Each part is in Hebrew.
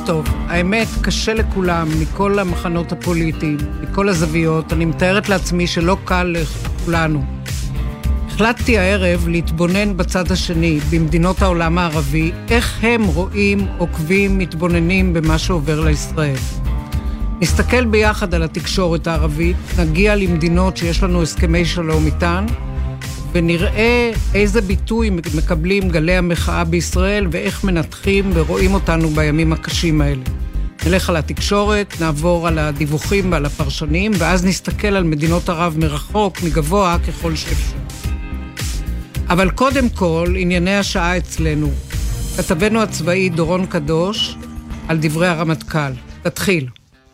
טוב, האמת קשה לכולם, מכל המחנות הפוליטיים, מכל הזוויות. אני מתארת לעצמי שלא קל לכולנו. החלטתי הערב להתבונן בצד השני, במדינות העולם הערבי, איך הם רואים, עוקבים, מתבוננים במה שעובר לישראל. נסתכל ביחד על התקשורת הערבית, נגיע למדינות שיש לנו הסכמי שלום איתן, ונראה איזה ביטוי מקבלים גלי המחאה בישראל, ואיך מנתחים ורואים אותנו בימים הקשים האלה. נלך על התקשורת, נעבור על הדיווחים ועל הפרשנים, ואז נסתכל על מדינות ערב מרחוק, מגבוה ככל שאפשר. אבל קודם כל, ענייני השעה אצלנו. כתבנו הצבאי דורון קדוש על דברי הרמטכ"ל. תתחיל.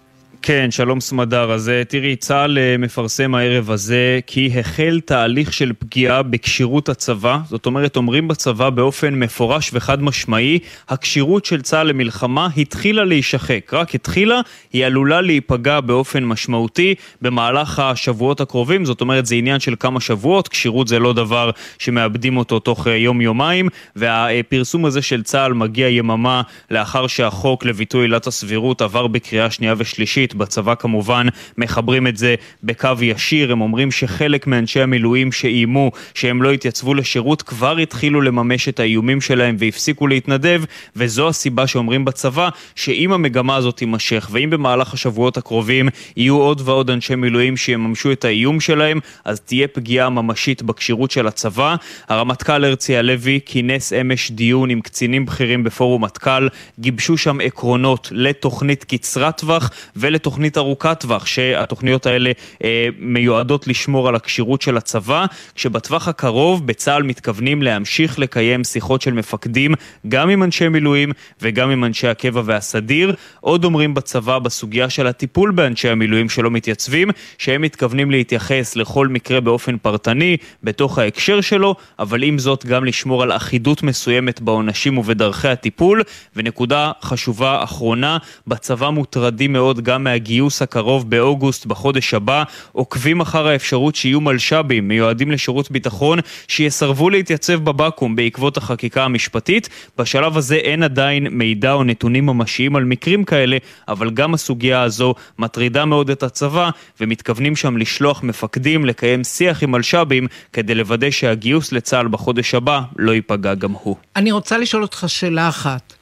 כן, שלום סמדר. אז תראי, צה"ל מפרסם הערב הזה כי החל תהליך של פגיעה בקשירות הצבא. זאת אומרת, אומרים בצבא באופן מפורש וחד משמעי, הקשירות של צה"ל למלחמה התחילה להישחק. רק התחילה, היא עלולה להיפגע באופן משמעותי במהלך השבועות הקרובים. זאת אומרת, זה עניין של כמה שבועות. קשירות זה לא דבר שמאבדים אותו תוך יום-יומיים, והפרסום הזה של צה"ל מגיע יממה לאחר שהחוק לביטוי עילת הסבירות עבר בקריאה שנייה ושלישית. בצבא כמובן מחברים את זה בקו ישיר. הם אומרים שחלק מאנשי המילואים שאיימו שהם לא יתייצבו לשירות כבר התחילו לממש את האיומים שלהם והפסיקו להתנדב, וזו הסיבה שאומרים בצבא שאם המגמה הזאת תימשך ואם במהלך השבועות הקרובים יהיו עוד ועוד אנשי מילואים שיממשו את האיום שלהם, אז תהיה פגיעה ממשית בקשירות של הצבא. הרמטכ"ל הרצי הלוי כינס אמש דיון עם קצינים בכירים בפורום מטכ"ל, גיבשו שם עקרונות לתוכנית קצרת טווח ולתוכנית ארוכת טווח, שהתוכניות האלה מיועדות לשמור על הקשירות של הצבא, כשבטווח הקרוב בצה"ל מתכוונים להמשיך לקיים שיחות של מפקדים גם עם אנשי מילואים וגם עם אנשי הקבע והסדיר. עוד אומרים בצבא בסוגיה של הטיפול באנשי המילואים שלא מתייצבים, שהם מתכוונים להתייחס לכל מקרה באופן פרטני בתוך ההקשר שלו, אבל עם זאת גם לשמור על אחידות מסוימת בעונשים ובדרכי הטיפול. ונקודה חשובה אחרונה, בצבא מוטרדים מאוד גם מהגיוס הקרוב באוגוסט בחודש הבא, עוקבים אחר האפשרות שיהיו מלש"בים מיועדים לשירות ביטחון שיסרבו להתייצב בבקו"ם בעקבות החקיקה המשפטית. בשלב הזה אין עדיין מידע או נתונים ממשיים על מקרים כאלה, אבל גם הסוגיה הזו מטרידה מאוד את הצבא, ומתכוונים שם לשלוח מפקדים לקיים שיח עם מלש"בים כדי לוודא שהגיוס לצה"ל בחודש הבא לא ייפגע גם הוא. אני רוצה לשאול אותך שאלה אחת.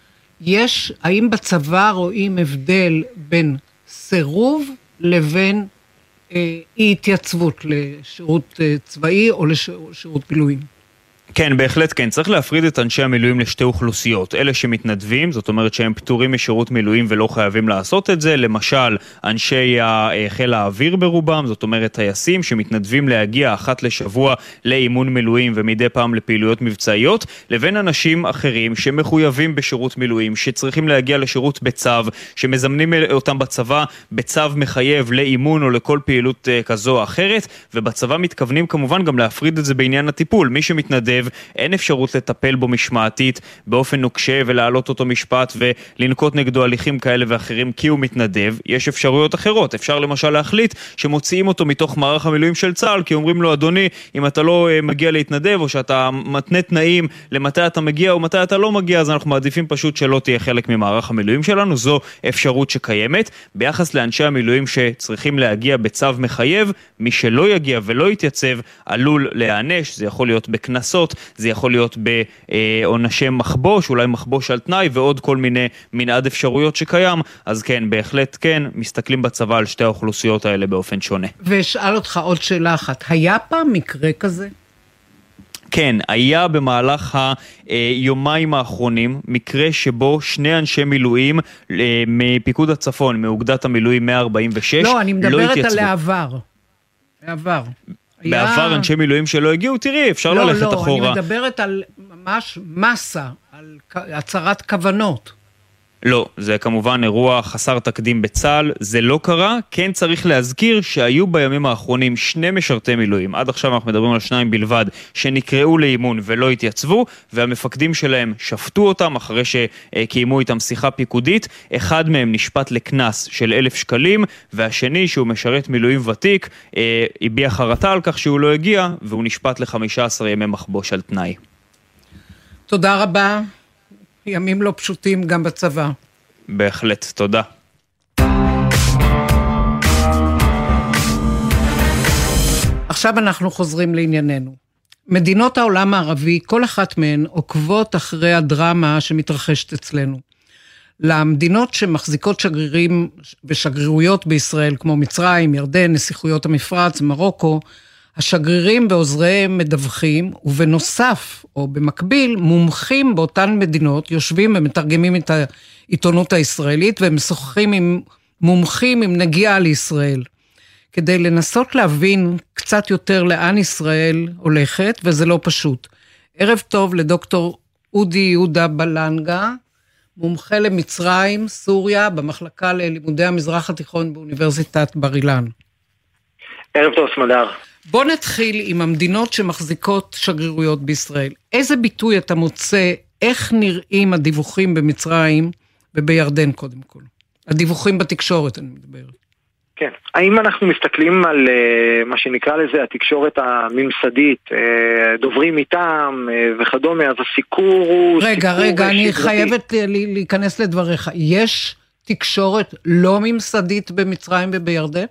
האם בצבא רואים הבדל בין סירוב לבין אי התייצבות לשירות צבאי או לשירות מילואים? כן, בהחלט כן. צריך להפריד את אנשי המילואים לשתי אוכלוסיות. אלה שמתנדבים, זאת אומרת שהם פטורים משירות מילואים ולא חייבים לעשות את זה. למשל, אנשי חיל האוויר ברובם, זאת אומרת טייסים שמתנדבים להגיע אחת לשבוע לאימון מילואים ומדי פעם לפעילויות מבצעיות, לבין אנשים אחרים שמחויבים בשירות מילואים, שצריכים להגיע לשירות בצו, שמזמנים אותם בצבא בצו מחייב לאימון או לכל פעילות כזו או אחרת, ובצבא מתכוונים כמובן גם להפריד את זה בעניין הטיפול. מי שמתנדב אין אפשרות לטפל בו משמעתית באופן נוקשה ולהעלות אותו משפט ולנקוט נגדו הליכים כאלה ואחרים כי הוא מתנדב. יש אפשרויות אחרות. אפשר למשל להחליט שמוציאים אותו מתוך מערך המילואים של צה"ל, כי אומרים לו, אדוני, אם אתה לא מגיע להתנדב או שאתה מתנה תנאים למתי אתה מגיע או מתי אתה לא מגיע, אז אנחנו מעדיפים פשוט שלא תהיה חלק ממערך המילואים שלנו. זו אפשרות שקיימת. ביחס לאנשי המילואים שצריכים להגיע בצו מחייב, מי שלא יגיע ולא יתייצב עלול להיענש. זה יכול להיות בכנסות, זה יכול להיות בעונשי מחבוש, אולי מחבוש על תנאי, ועוד כל מיני מנעד אפשרויות שקיים. אז כן, בהחלט כן, מסתכלים בצבא על שתי האוכלוסיות האלה באופן שונה. ושאל אותך עוד שאלה אחת, היה פעם מקרה כזה? כן, היה במהלך היומיים האחרונים מקרה שבו שני אנשי מילואים מפיקוד הצפון, מאוגדת המילואים 146, לא, אני מדברת על העבר. בעבר אנשי מילואים שלא הגיעו, תראי, אפשר ללכת אחורה. אני מדברת על ממש מסה, על הצהרת כוונות. לא, זה כמובן אירוע חסר תקדים בצה"ל, זה לא קרה. כן צריך להזכיר שהיו בימים האחרונים שני משרתי מילואים, עד עכשיו אנחנו מדברים על 2 בלבד, שנקראו לאימון ולא התייצבו, והמפקדים שלהם שפטו אותם אחרי שקיימו איתם שיחה פיקודית. אחד מהם נשפט לקנס של 1,000 שקלים, והשני שהוא משרת מילואים ותיק, הביע חרטה על כך שהוא לא הגיע, והוא נשפט ל15 ימי מחבוש על תנאי. תודה רבה. ימים לא פשוטים גם בצבא. בהחלט, תודה. עכשיו אנחנו חוזרים לענייננו. מדינות העולם הערבי, כל אחת מהן עוקבות אחרי הדרמה שמתרחשת אצלנו. למדינות שמחזיקות שגרירים ושגרירויות בישראל, כמו מצרים, ירדן, נסיכויות המפרץ, מרוקו, השגרירים ועוזריהם מדווחים, ובנוסף, או במקביל, מומחים באותן מדינות, יושבים ומתרגמים את העיתונות הישראלית, והם משוחחים עם מומחים עם נגיעה לישראל, כדי לנסות להבין קצת יותר לאן ישראל הולכת, וזה לא פשוט. ערב טוב לדוקטור אודי יהודה בלנגה, מומחה למצרים, סוריה, במחלקה ללימודי המזרח התיכון באוניברסיטת בר אילן. ערב טוב, סמדר. בוא נתחיל עם המדינות שמחזיקות שגרירויות בישראל. איזה ביטוי אתה מוצא, איך נראים הדיווחים במצרים ובירדן קודם כל? הדיווחים בתקשורת, אני מדברת. כן, האם אנחנו מסתכלים על מה שנקרא לזה התקשורת הממסדית, דוברים איתם וכדומה, אז הסיקור הוא... רגע, אני חייבת להיכנס לדבריך. יש תקשורת לא ממסדית במצרים ובירדן?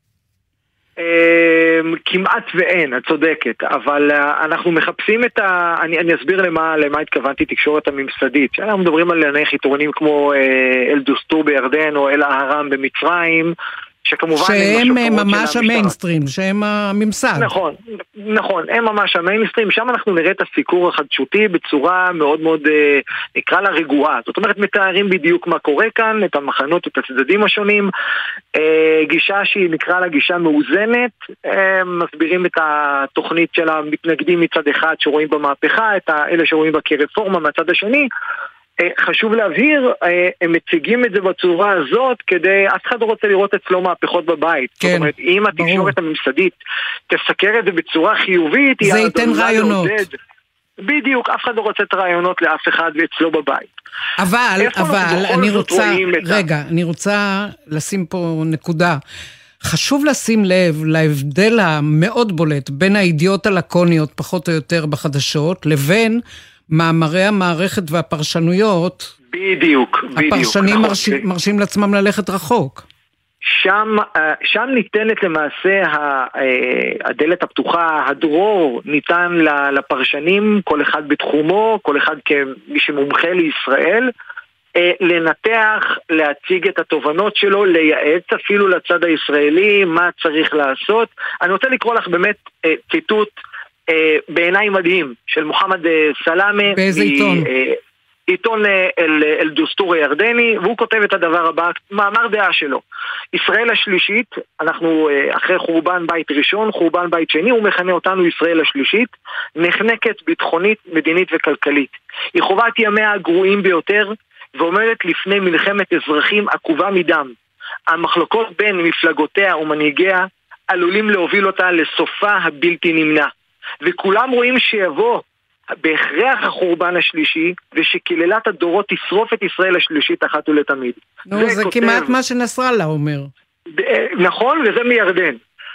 כמעט ואין, את צודקת, אבל אנחנו מחפשים אני אסביר למה התכוונתי תקשורת הממסדית. אנחנו מדברים על ענייני חיתונים כמו אל-דוסטור בירדן או אל-אהרם במצרים, שהם ממש המיינסטרים, שהם הממסד. נכון, הם ממש המיינסטרים, שם אנחנו נראה את הסיקור החדשותי בצורה מאוד מאוד, נקרא לה רגועה, זאת אומרת מתארים בדיוק מה קורה כאן, את המחנות, את הצדדים השונים, גישה שהיא נקרא לה גישה מאוזנת, מסבירים את התוכנית של המתנגדים מצד אחד שרואים במהפכה, את אלה שרואים בה כרפורמה מהצד השני, חשוב להבהיר, הם מציגים את זה בצורה הזאת כדי, אף אחד לא רוצה לראות אצלו מהפכות בבית. כן, זאת אומרת, אם התקשורת הממסדית תסקר את זה בצורה חיובית, זה ייתן רעיונות. בדיוק, אף אחד לא רוצה את רעיונות לאף אחד ואצלו בבית. אבל, אני רוצה לשים פה נקודה. חשוב לשים לב להבדל המאוד בולט בין הידיעות הלקוניות פחות או יותר בחדשות, לבין מאמרי המערכת והפרשנויות. בדיוק. הפרשנים מרשים לעצמם ללכת רחוק. שם ניתנת למעשה הדלת הפתוחה, הדרור ניתן לפרשנים, כל אחד בתחומו, כל אחד כמי שמומחה לישראל, לנתח, להציג את התובנות שלו, לייעץ אפילו לצד הישראלי, מה צריך לעשות. אני רוצה לקרוא לך באמת ציטוט בעיניי מדהים של מוחמד סלאמה. באיזה עיתון? עיתון אל-דוסטור הירדני, והוא כותב את הדבר הבא, מאמר דעה שלו. ישראל השלישית, אנחנו אחרי חורבן בית ראשון, חורבן בית שני, הוא מכנה אותנו ישראל השלישית, נחנקת ביטחונית, מדינית וכלכלית. היא חובת ימיה הגרועים ביותר, ועומדת לפני מלחמת אזרחים עקובה מדם. המחלוקות בין מפלגותיה ומנהיגיה עלולים להוביל אותה לסופה הבלתי נמנע. וכולם רואים שיבוא בהכרח החורבן השלישי, ושקללת הדורות תשרוף את ישראל השלישית אחת ולתמיד. זה כמעט מה שנסראללה אומר. נכון, וזה מירדן.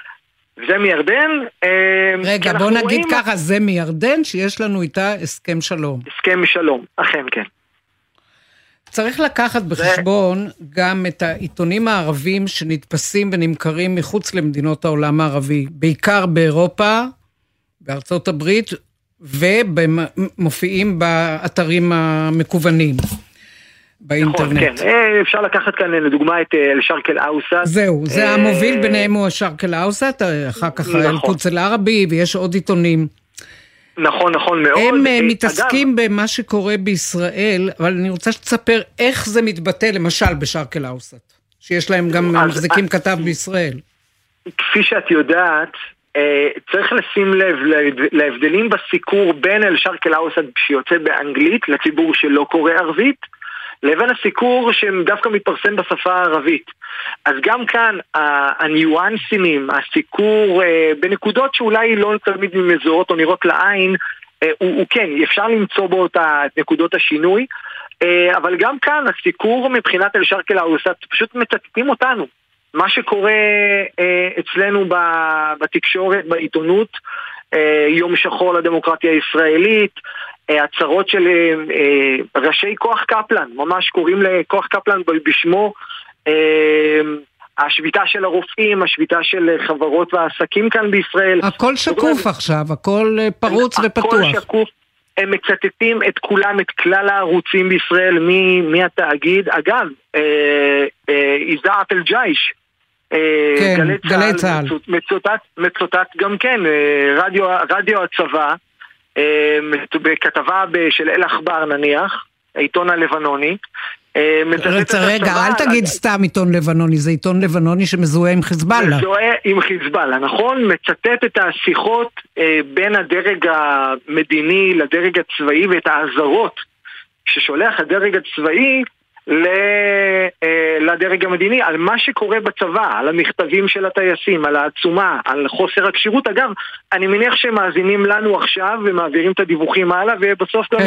רגע, בוא נגיד ככה, זה מירדן שיש לנו איתה הסכם שלום. הסכם שלום, אכן כן. צריך לקחת בחשבון גם את העיתונים הערבים שנתפסים ונמכרים מחוץ למדינות העולם הערבי, בעיקר באירופה, בארצות הברית, ומופיעים באתרים המקוונים באינטרנט. נכון, כן. אפשר לקחת כאן לדוגמה את אל-שרק אל-אווסט. זהו, זה המוביל ביניהם הוא אל-שרק אל-אווסט, אחר כך אל-קודס אל-ערבי, ויש עוד עיתונים. נכון מאוד. הם מתעסקים במה שקורה בישראל, אבל אני רוצה שתספר איך זה מתבטא, למשל בשרק אל-אווסט, שיש להם גם מחזיקים כתב בישראל. כפי שאת יודעת, צריך לשים לב להבדלים בסיקור בין אל-שרק אל-אווסט שיוצא באנגלית לציבור שלא קורא ערבית, לבין הסיקור שדווקא מתפרסם בשפה הערבית. אז גם כאן הניואנסים, הסיקור בנקודות שאולי לא תמיד מזוהות או נראות לעין, הוא כן, אפשר למצוא בו את נקודות השינוי, אבל גם כאן הסיקור מבחינת אל-שרק אל-אווסט פשוט מצטטים אותנו. מה שקורה אצלנו בתקשורת, בעיתונות, יום שחור לדמוקרטיה הישראלית, הצהרות של ראשי כוח קפלן, ממש קוראים לכוח קפלן בשמו, השביתה של הרופאים, השביתה של חברות והעסקים כאן בישראל. הכל שקוף עכשיו, הכל פרוץ ופתוח. הכל שקוף. הם מצטטים את כולם, את כלל הערוצים בישראל, מהתאגיד. אגב, איזעת אל-ג'ייש, גלי צהל. מצוטט גם כן, רדיו הצבא, בכתבה של אל-אחבר נניח, העיתון הלבנוני. רגע, אל תגיד סתם עיתון לבנוני, זה עיתון לבנוני שמזוהה עם חיזבאללה. מזוהה עם חיזבאללה, נכון? מצטט את השיחות בין הדרג המדיני לדרג הצבאי ואת העזרות ששולח הדרג הצבאי לדרג המדיני על מה שקורה בצבא, על המכתבים של הטייסים, על העצומה, על חוסר הקשירות. אגב, אני מניח שהם מאזינים לנו עכשיו ומעבירים את הדיווחים הלאה, ובסוף גם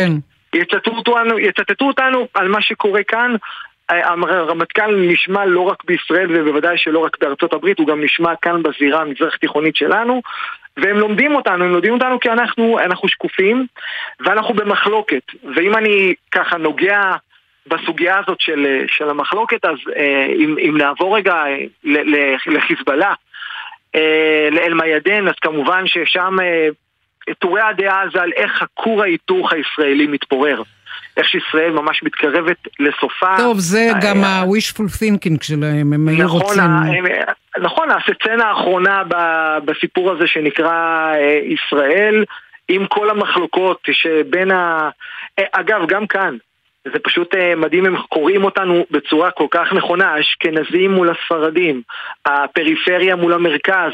יצטטו אותנו על מה שקורה כאן. הרמטכ"ל נשמע לא רק בישראל ובוודאי שלא רק בארצות הברית, הוא גם נשמע כאן בזירה המזרח תיכונית שלנו, והם לומדים אותנו כי אנחנו שקופים ואנחנו במחלוקת. ואם אני ככה נוגע בסוגיה הזאת של המחלוקת, אז אם נעבור רגע לחיזבאללה, לאל-מיידן, אז כמובן ששם תורי הדעה זה על איך הכור ההיתוך הישראלי מתפורר, איך שישראל ממש מתקרבת לסופה. טוב, זה גם ה-wishful thinking שלהם, הם היו רוצים. נכון, הסצנה האחרונה בסיפור הזה שנקרא ישראל, עם כל המחלוקות שבין אגב, גם כאן, זה פשוט מדהים, הם קוראים אותנו בצורה כל כך נכונה, האשכנזים מול הספרדים, הפריפריה מול המרכז.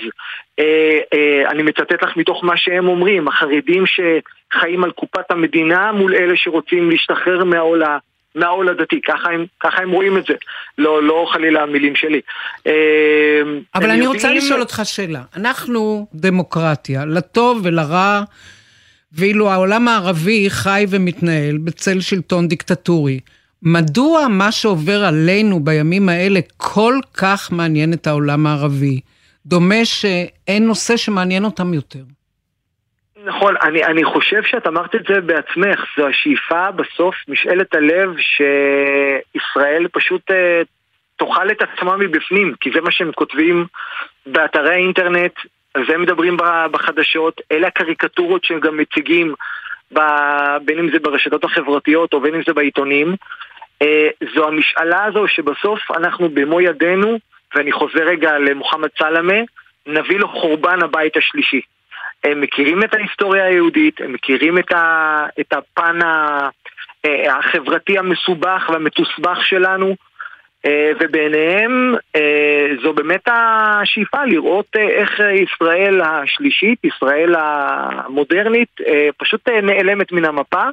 אני מצטט לך מתוך מה שהם אומרים, החרדים שחיים על קופת המדינה מול אלה שרוצים להשתחרר מהעול הדתי, ככה הם רואים את זה, לא חלילה המילים שלי. אבל אני רוצה לשאול אותך שאלה, אנחנו דמוקרטיה, לטוב ולרע, ואילו העולם הערבי חי ומתנהל בצל שלטון דיקטטורי, מדוע מה שעובר עלינו בימים האלה כל כך מעניין את העולם הערבי? דומה שאין נושא שמעניין אותם יותר. נכון, אני חושב שאת אמרת את זה בעצמך, זו השאיפה בסוף, משאלת הלב שישראל פשוט תאכל את עצמה מבפנים, כי זה מה שהם כותבים באתרי האינטרנט, על זה מדברים בחדשות, אלה הקריקטורות שהם גם מציגים, בין אם זה ברשתות החברתיות או בין אם זה בעיתונים. זו המשאלה הזו שבסוף אנחנו במו ידינו, ואני חוזר רגע למוחמד סלמה, נביא לו חורבן הבית השלישי. הם מכירים את ההיסטוריה היהודית, הם מכירים את הפן החברתי המסובך והמתוסבך שלנו, ובעיניהם זו באמת השאיפה לראות איך ישראל השלישית, ישראל המודרנית, פשוט נעלמת מן המפה.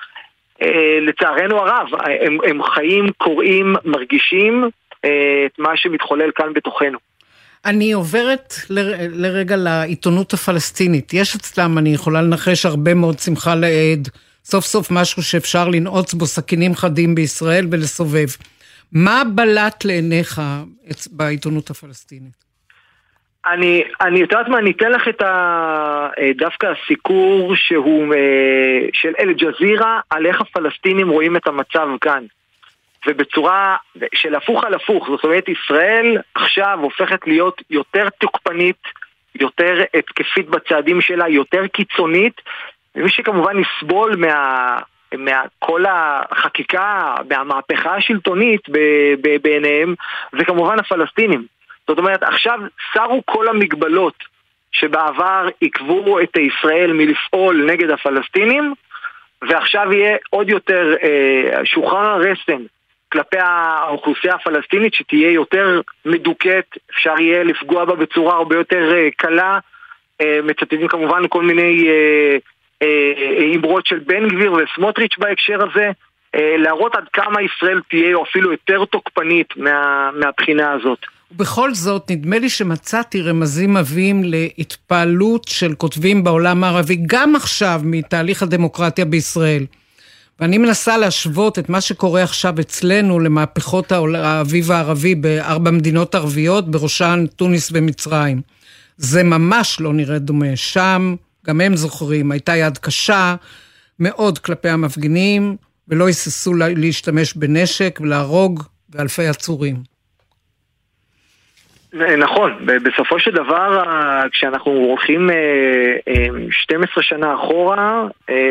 לצערנו הרב, הם חיים, קוראים, מרגישים את מה שמתחולל כאן בתוכנו. אני עוברת לרגע לעיתונות הפלסטינית. יש אצלם, אני יכולה לנחש, הרבה מאוד שמחה לעד, סוף סוף משהו שאפשר לנעוץ בו סכינים חדים בישראל ולסובב. מה בלט לעיניך בעיתונות הפלסטינית? אני יודעת מה, אני אתן לך את דווקא הסיקור שהוא של אל-ג'זירה על איך הפלסטינים רואים את המצב כאן. ובצורה של הפוך על הפוך, זאת אומרת ישראל עכשיו הופכת להיות יותר תוקפנית, יותר התקפית בצעדים שלה, יותר קיצונית, ומי שכמובן יסבול כל החקיקה, מהמהפכה השלטונית בעיניהם, זה כמובן הפלסטינים. זאת אומרת, עכשיו שרו כל המגבלות שבעבר עקבו את ישראל מלפעול נגד הפלסטינים, ועכשיו יהיה עוד יותר שוחרר הרסן כלפי האוכלוסייה הפלסטינית, שתהיה יותר מדוקת, אפשר יהיה לפגוע בה בצורה הרבה יותר קלה. מצטטים כמובן כל מיני אמרות של בן גביר וסמוטריץ' בהקשר הזה, להראות עד כמה ישראל תהיה או אפילו יותר תוקפנית מהבחינה הזאת. ובכל זאת, נדמה לי שמצאתי רמזים עבים להתפעלות של כותבים בעולם הערבי, גם עכשיו מתהליך הדמוקרטיה בישראל. ואני מנסה להשוות את מה שקורה עכשיו אצלנו למהפכות האביב הערבי ב4 מדינות ערביות, בראשן טוניס ומצרים. זה ממש לא נראה דומה. שם, גם הם זוכרים, הייתה יד קשה, מאוד כלפי המפגינים, ולא היססו להשתמש בנשק ולהרוג באלפי עצורים. נכון, בסופו של דבר, כשאנחנו הולכים 12 שנה אחורה,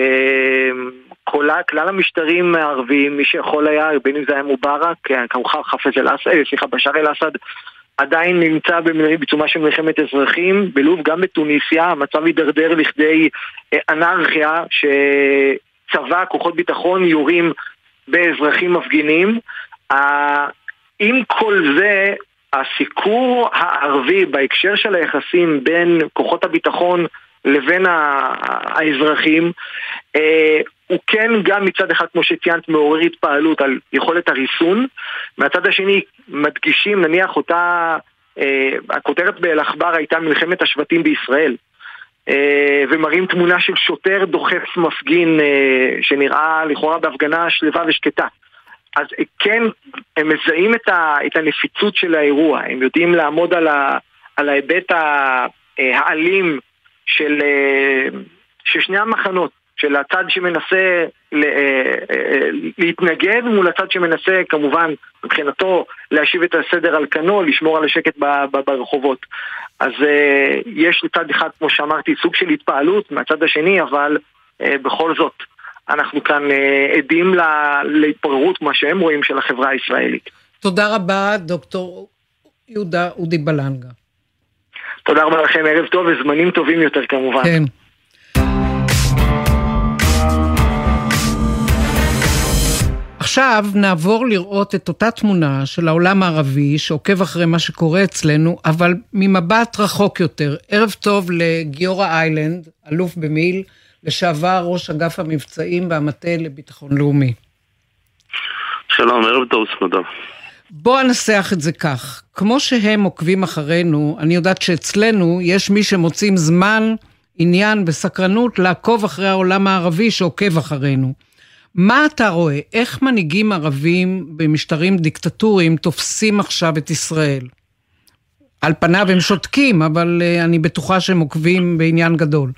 כלל המשטרים הערביים, מי שיכול היה, בין אם זה היה מובארק, כמובן בשאר אל-אסד, עדיין נמצא בעיצומה של מלחמת אזרחים, בלוב גם בתוניסיה, המצב הידרדר לכדי אנרכיה, שצבא, כוחות ביטחון יורים באזרחים מפגינים. עם כל זה, הסיקור הערבי בהקשר של היחסים בין כוחות הביטחון לבין האזרחים, הוא כן גם מצד אחד, כמו שציינת, מעורר התפעלות על יכולת הריסון. מהצד השני מדגישים, נניח אותה, הכותרת באל-אכבר הייתה מלחמת השבטים בישראל, ומראים תמונה של שוטר דוחף מפגין שנראה לכאורה בהפגנה שלווה ושקטה. אז כן, הם מזהים את הנפיצות של האירוע, הם יודעים לעמוד על ההיבט האלים של שני המחנות, של הצד שמנסה להתנגד מול הצד שמנסה כמובן מבחינתו להשיב את הסדר על כנו, לשמור על השקט ברחובות. אז יש לצד אחד, כמו שאמרתי, סוג של התפעלות מהצד השני, אבל בכל זאת אנחנו כאן עדים להתפוררות, מה שהם רואים, של החברה הישראלית. תודה רבה, דוקטור יהודה אודי בלנגה. תודה רבה לכם, ערב טוב וזמנים טובים יותר כמובן. כן. עכשיו נעבור לראות את אותה תמונה של העולם הערבי שעוקב אחרי מה שקורה אצלנו, אבל ממבט רחוק יותר. ערב טוב לגיורא איילנד, אלוף במיל, לשעבר ראש אגף המבצעים והמטה לביטחון לאומי. שלום, ערב טוב סמדר. בוא ננסח את זה כך. כמו שהם עוקבים אחרינו, אני יודעת שאצלנו יש מי שמוצאים זמן, עניין וסקרנות לעקוב אחרי העולם הערבי שעוקב אחרינו. מה אתה רואה? איך מנהיגים ערבים במשטרים דיקטטוריים תופסים עכשיו את ישראל? על פניו הם שותקים, אבל אני בטוחה שהם עוקבים בעניין גדול.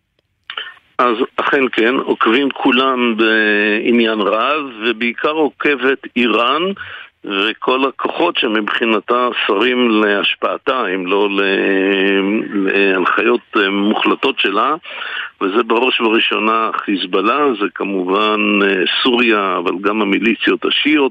אז אכן כן, עוקבים כולם בעניין רב, ובעיקר עוקבת איראן וכל הכוחות שמבחינתה שרים להשפעתה, אם לא להנחיות מוחלטות שלה, וזה בראש ובראשונה חיזבאללה, זה כמובן סוריה, אבל גם המיליציות השיעיות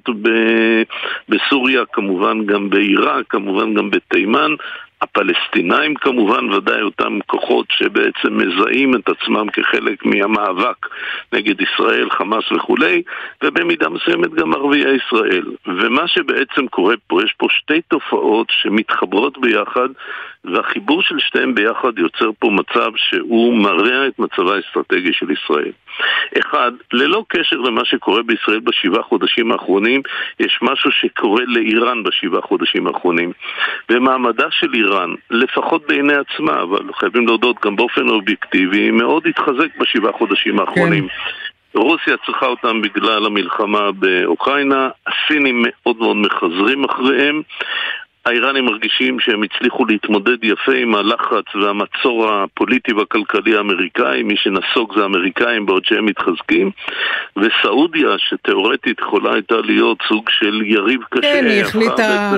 בסוריה, כמובן גם בעיראק, כמובן גם בתימן, הפלסטינאים כמובן, ודאי אותם כוחות שבעצם מזהים את עצמם כחלק מהמאבק נגד ישראל, חמאס וכולי, ובמידה מסוימת גם ערביי ישראל. ומה שבעצם קורה פה, יש פה שתי תופעות שמתחברות ביחד, והחיבור של שתיהם ביחד יוצר פה מצב שהוא מראה את מצבה האסטרטגי של ישראל. אחד, ללא קשר למה שקורה בישראל בשבעה חודשים האחרונים, יש משהו שקורה לאיראן בשבעה חודשים האחרונים. ומעמדה של איראן, לפחות בעיני עצמה, אבל חייבים להודות גם באופן אובייקטיבי, מאוד התחזק בשבעה חודשים האחרונים. כן. רוסיה צריכה אותם בגלל המלחמה באוקראינה, הסינים מאוד מאוד מחזרים אחריהם, האיראנים מרגישים שהם הצליחו להתמודד יפה עם הלחץ והמצור הפוליטי והכלכלי האמריקאי, מי שנסוג זה האמריקאים בעוד שהם מתחזקים, וסעודיה שתיאורטית יכולה הייתה להיות סוג של יריב קשה. כן, היא החליטה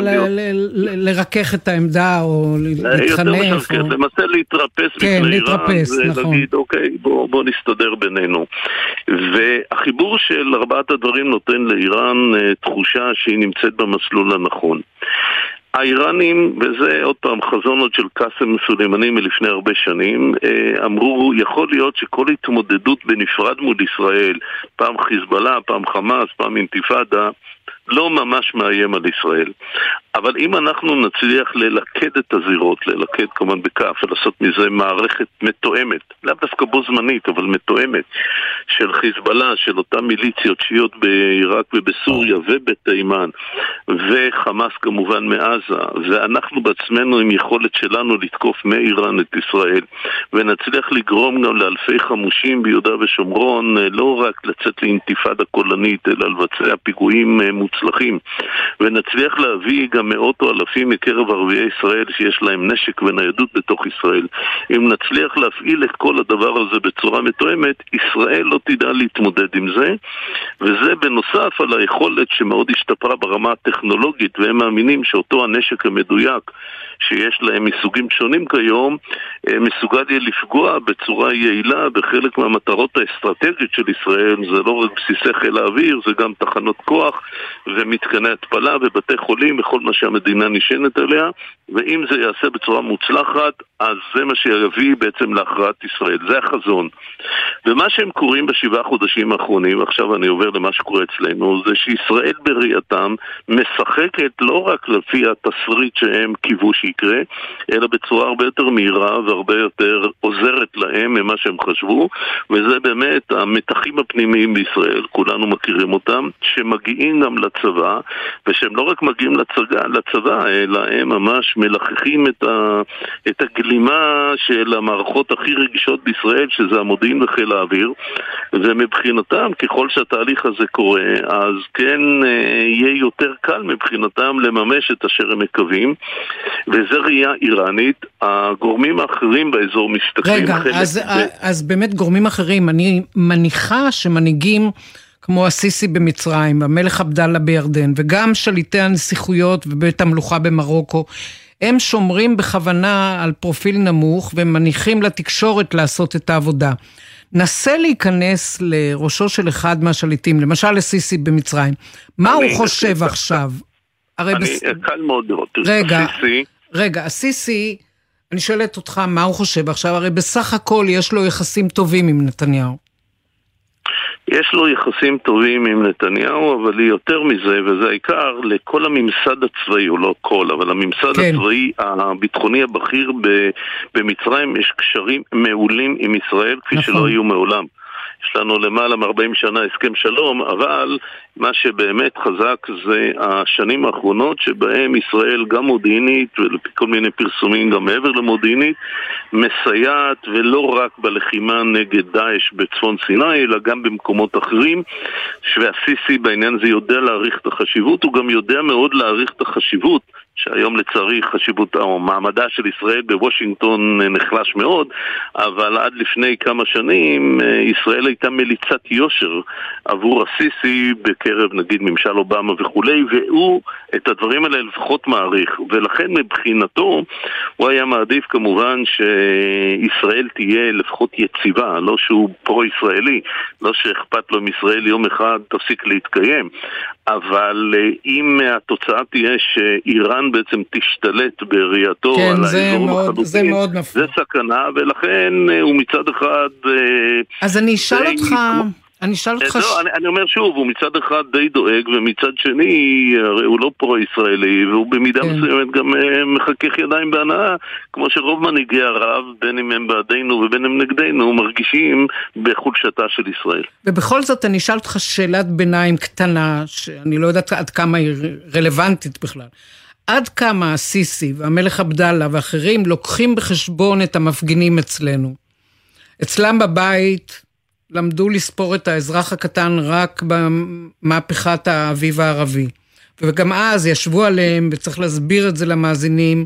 לרכך את העמדה או להתחנף. למעשה להתרפס בפני איראן, ולהגיד אוקיי, בוא נסתדר בינינו. והחיבור של ארבעת הדברים נותן לאיראן תחושה שהיא נמצאת במסלול הנכון. האיראנים, וזה עוד פעם חזונות של קאסם סולימאני מלפני הרבה שנים, אמרו, יכול להיות שכל התמודדות בנפרד מול ישראל, פעם חיזבאללה, פעם חמאס, פעם אינתיפאדה, לא ממש מאיים על ישראל. אבל אם אנחנו נצליח ללכד את הזירות, ללכד כמובן בכף, ולעשות מזה מערכת מתואמת, לאו דווקא בו זמנית, אבל מתואמת, של חיזבאללה, של אותם מיליציות שיעיות בעיראק ובסוריה ובתימן, וחמאס כמובן מעזה, ואנחנו בעצמנו עם יכולת שלנו לתקוף מאיראן את ישראל, ונצליח לגרום גם לאלפי חמושים ביהודה ושומרון, לא רק לצאת לאינתיפאדה קולנית, אלא לבצע פיגועים מוצלחים, ונצליח להביא גם מאות או אלפים מקרב ערביי ישראל שיש להם נשק וניידות בתוך ישראל. אם נצליח להפעיל את כל הדבר הזה בצורה מתואמת, ישראל לא תדע להתמודד עם זה, וזה בנוסף על היכולת שמאוד השתפרה ברמה הטכנולוגית, והם מאמינים שאותו הנשק המדויק שיש להם מסוגים שונים כיום, מסוגל יהיה לפגוע בצורה יעילה בחלק מהמטרות האסטרטגיות של ישראל. זה לא רק בסיסי חיל האוויר, זה גם תחנות כוח ומתקני התפלה ובתי חולים וכל מה שהמדינה נשענת עליה, ואם זה יעשה בצורה מוצלחת, אז זה מה שיביא בעצם להכרעת ישראל. זה החזון. ומה שהם קוראים בשבעה חודשים האחרונים, עכשיו אני עובר למה שקורה אצלנו, זה שישראל בראייתם משחקת לא רק לפי התסריט שהם קיוו שיקרה, אלא בצורה הרבה יותר מהירה והרבה יותר עוזרת להם ממה שהם חשבו, וזה באמת המתחים הפנימיים בישראל, כולנו מכירים אותם, שמגיעים גם לצבא, ושהם לא רק מגיעים לצבא, אלא הם ממש מלחכים את הגלימה של המערכות הכי רגישות בישראל, שזה המודיעין וחיל האוויר, ומבחינתם, ככל שהתהליך הזה קורה, אז כן יהיה יותר קל מבחינתם לממש את אשר הם מקווים, וזה ראייה איראנית. הגורמים האחרים באזור מסתכלים... רגע, אז באמת גורמים אחרים, אני מניחה שמנהיגים כמו הסיסי במצרים, המלך עבדאללה בירדן, וגם שליטי הנסיכויות ובית המלוכה במרוקו, הם שומרים בכוונה על פרופיל נמוך, ומניחים לתקשורת לעשות את העבודה. נסה להיכנס לראשו של אחד מהשליטים, למשל לסיסי במצרים. מה הוא חושב עכשיו? קל מאוד לראות. רגע, הסיסי, אני שואלת אותך מה הוא חושב עכשיו, הרי בסך הכל יש לו יחסים טובים עם נתניהו. יש לו יחסים טובים עם נתניהו, אבל יותר מזה, וזה העיקר, לכל הממסד הצבאי, או לא כל, אבל הממסד הצבאי הביטחוני הבכיר במצרים, יש קשרים מעולים עם ישראל, כפי שלא היו מעולם. יש לנו למעלה מ-40 שנה הסכם שלום, אבל מה שבאמת חזק זה השנים האחרונות שבהם ישראל גם מודיעינית, ולפי כל מיני פרסומים גם מעבר למודיעינית, מסייעת ולא רק בלחימה נגד דאעש בצפון סיני, אלא גם במקומות אחרים, והסיסי בעניין זה יודע להעריך את החשיבות, הוא גם יודע מאוד להעריך את החשיבות, שהיום לצערי חשיבות או מעמדה של ישראל בוושינגטון נחלש מאוד, אבל עד לפני כמה שנים ישראל הייתה מליצת יושר עבור הסיסי בקרב נגיד ממשל אובמה וכולי, והוא את הדברים האלה לפחות מעריך, ולכן מבחינתו הוא היה מעדיף כמובן שישראל תהיה לפחות יציבה, לא שהוא פרו-ישראלי, לא שאכפת לו מישראל יום אחד תפסיק להתקיים, אבל אם התוצאה תהיה שאיראן בעצם תשתלט בראייתו כן, על האזור החלוטין, זה סכנה, ולכן הוא מצד אחד... אז אני אשאל אותך... אני אומר שוב, הוא מצד אחד די דואג, ומצד שני, הרי הוא לא פרו-ישראלי, והוא במידה מסוימת גם מחכך ידיים בהנאה, כמו שרוב מנהיגי ערב, בין אם הם בעדינו ובין אם נגדנו, מרגישים בחולשתה של ישראל. ובכל זאת אני אשאל אותך שאלת ביניים קטנה, שאני לא יודעת עד כמה היא רלוונטית בכלל. עד כמה הסיסי והמלך עבדאללה ואחרים לוקחים בחשבון את המפגינים אצלנו? אצלם בבית... למדו לספור את האזרח הקטן רק במהפכת האביב הערבי. וגם אז ישבו עליהם, וצריך להסביר את זה למאזינים,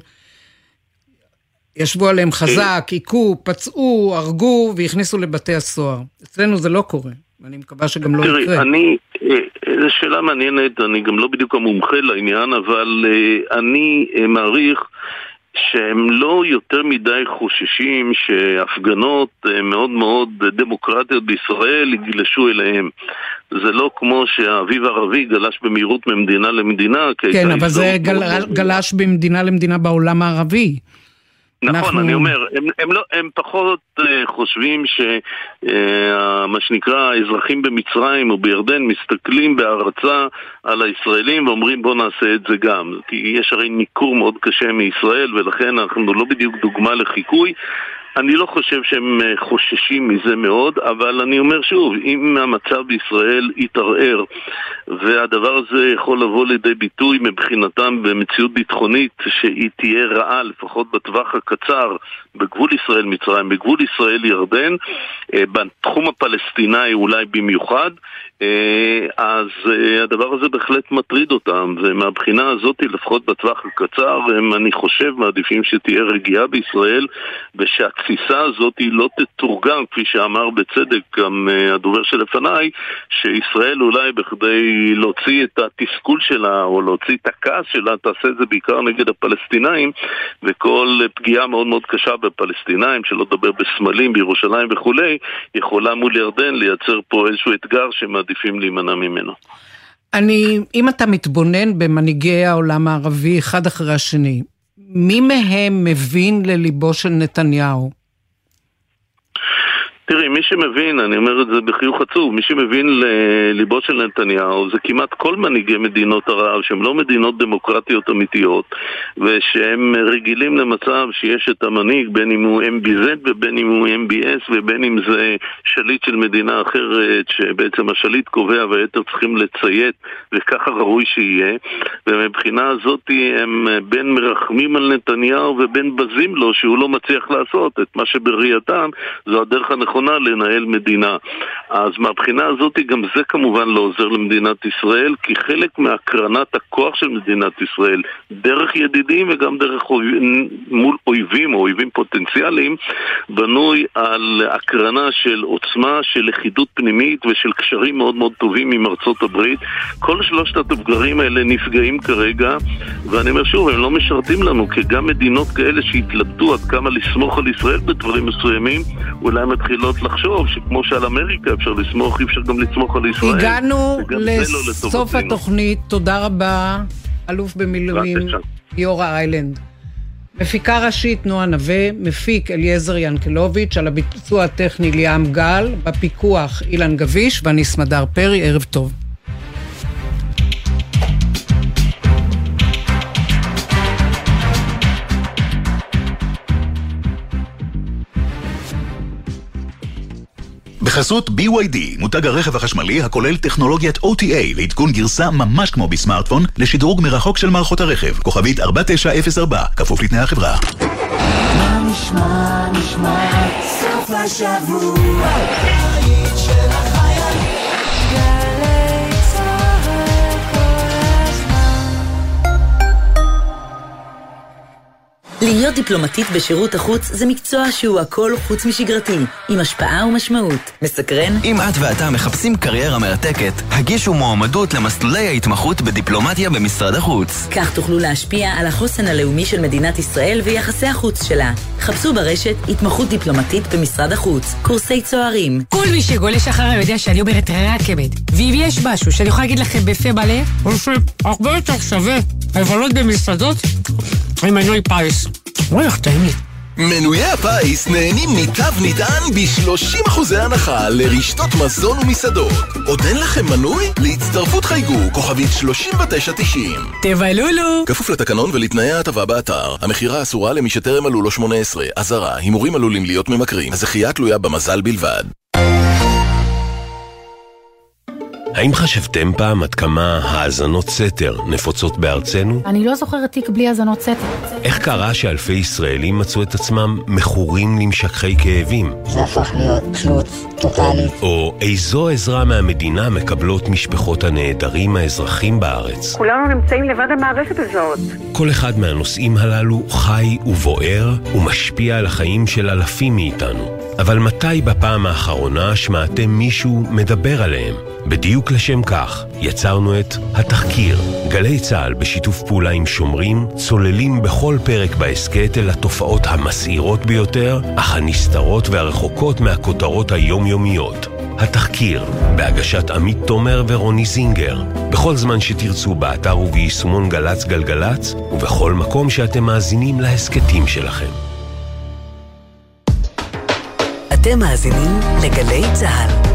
ישבו עליהם חזק, עיקו, פצעו, הרגו, והכניסו לבתי הסוהר. אצלנו זה לא קורה, ואני מקווה שגם לא יקרה. זו שאלה מעניינת, אני גם לא בדיוק המומחה לעניין, אבל אני מעריך שהם לא יותר מדי חוששים שהפגנות מאוד מאוד דמוקרטיות בישראל יגלשו אליהם. זה לא כמו שהאביב הערבי גלש במהירות ממדינה למדינה. כן, אבל זה גלש במדינה למדינה בעולם הערבי. נכון, אני אומר, הם פחות חושבים שמה שנקרא האזרחים במצרים או בירדן מסתכלים בהערצה על הישראלים ואומרים בוא נעשה את זה גם, כי יש הרי ניכור מאוד קשה מישראל ולכן אנחנו לא בדיוק דוגמה לחיקוי. אני לא חושב שהם חוששים מזה מאוד, אבל אני אומר שוב, אם המצב בישראל יתערער, והדבר הזה יכול לבוא לידי ביטוי מבחינתם במציאות ביטחונית שהיא תהיה רעה, לפחות בטווח הקצר, בגבול ישראל-מצרים, בגבול ישראל-ירדן, בתחום הפלסטיני אולי במיוחד, אז הדבר הזה בהחלט מטריד אותם, ומהבחינה הזאת, לפחות בטווח הקצר, אני חושב מעדיפים שתהיה רגיעה בישראל, ושהתפיסה הזאת לא תתורגם, כפי שאמר בצדק גם הדובר שלפניי, שישראל אולי בכדי להוציא את התסכול שלה, או להוציא את הכעס שלה, תעשה את זה בעיקר נגד הפלסטינאים, וכל פגיעה מאוד מאוד קשה בפלסטינאים, שלא לדבר בסמלים, בירושלים וכולי, יכולה מול ירדן לייצר פה איזשהו אתגר שמעדיפים להימנע ממנו. אם אתה מתבונן במנהיגי העולם הערבי אחד אחרי השני, מי מהם מבין לליבו של נתניהו? תראי, מי שמבין, אני אומר את זה בחיוך עצוב, מי שמבין לליבו של נתניהו זה כמעט כל מנהיגי מדינות ערב שהם לא מדינות דמוקרטיות אמיתיות, ושהם רגילים למצב שיש את המנהיג בין אם הוא MBZ ובין אם הוא MBS ובין אם זה שליט של מדינה אחרת שבעצם השליט קובע והיתר צריכים לציית, וככה ראוי שיהיה. ומבחינה הזאת הם בין מרחמים על נתניהו ובין בזים לו שהוא לא מצליח לעשות את מה שבראייתם זו הדרך הנכונה לנהל מדינה. אז מהבחינה הזאת גם זה כמובן לא עוזר למדינת ישראל, כי חלק מהקרנת הכוח של מדינת ישראל דרך ידידים וגם דרך מול אויבים או אויבים פוטנציאליים בנוי על הקרנה של עוצמה, של לכידות פנימית ושל קשרים מאוד מאוד טובים עם ארצות הברית. כל שלושת הדברים האלה נפגעים כרגע, ואני אומר שוב, הם לא משרתים לנו, כי גם מדינות כאלה שהתלבטו עד כמה לסמוך על ישראל בדברים מסוימים, אולי מתחילות לחשוב שכמו שעל אמריקה אפשר לסמוך, אפשר גם לסמוך על ישראל. הגענו לסוף התוכנית, תודה רבה, אלוף במילואים יורא איילנד. מפיקה ראשית נועה נווה, מפיק אליעזר ינקלוביץ', על הביצוע הטכני ליאם גל, בפיקוח אילן גביש ואני סמדר פרי, ערב טוב. בחסות BYD, מותג הרכב החשמלי הכולל טכנולוגיית OTA לעדכון גרסה ממש כמו בסמארטפון לשדרוג מרחוק של מערכות הרכב. כוכבית 4904, כפוף לתנאי החברה. נשמע, סוף השבוע, היית של החיילים, גלי צהל כל הזמן. להיות דיפלומטית בשירות החוץ זה מקצוע שהוא הכל חוץ משגרתי, עם השפעה ומשמעות. מסקרן? אם את ואתה מחפשים קריירה מרתקת, הגישו מועמדות למסלולי ההתמחות בדיפלומטיה במשרד החוץ. כך תוכלו להשפיע על החוסן הלאומי של מדינת ישראל ויחסי החוץ שלה. חפשו ברשת התמחות דיפלומטית במשרד החוץ, קורסי צוערים. כל מי שגולש אחריי יודע שאני אומרת רק אמת. ואם יש משהו שאני יכולה להגיד לכם בפה מלא, הוא הרבה יותר שווה לבלות במסעדות עם מנוי פיס. וואי, איך טעים לי. מנויי הפיס נהנים מתו נטען ב-30% הנחה לרשתות מזון ומסעדות. עוד אין לכם מנוי? להצטרפות חייגו, כוכבית 3990. תבלולו. כפוף לתקנון ולתנאי ההטבה באתר. המחירה אסורה למי שטרם מלאו לו 18. אזהרה, הימורים עלולים להיות ממכרים. הזכייה תלויה במזל בלבד. האם חשבתם פעם עד כמה האזנות סתר נפוצות בארצנו? אני לא זוכרת תיק בלי האזנות סתר. איך קרה שאלפי ישראלים מצאו את עצמם מכורים למשככי כאבים? זה הפך להיות תלות טוטלית. או איזו עזרה מהמדינה מקבלות משפחות הנעדרים האזרחים בארץ? כולנו נמצאים לבד המערכת הזאת. כל אחד מהנושאים הללו חי ובוער ומשפיע על החיים של אלפים מאיתנו. אבל מתי בפעם האחרונה שמעתם מישהו מדבר עליהם? בדיוק לשם כך יצרנו את התחקיר. גלי צהל בשיתוף פעולה עם שומרים צוללים בכל פרק בהסקט אל התופעות המסעירות ביותר, אך הנסתרות והרחוקות מהכותרות היומיומיות. התחקיר, בהגשת עמית תומר ורוני זינגר, בכל זמן שתרצו באתר וביישומון גלץ גלגלץ, ובכל מקום שאתם מאזינים להסקטים שלכם. אתם מאזינים לגלי צהל.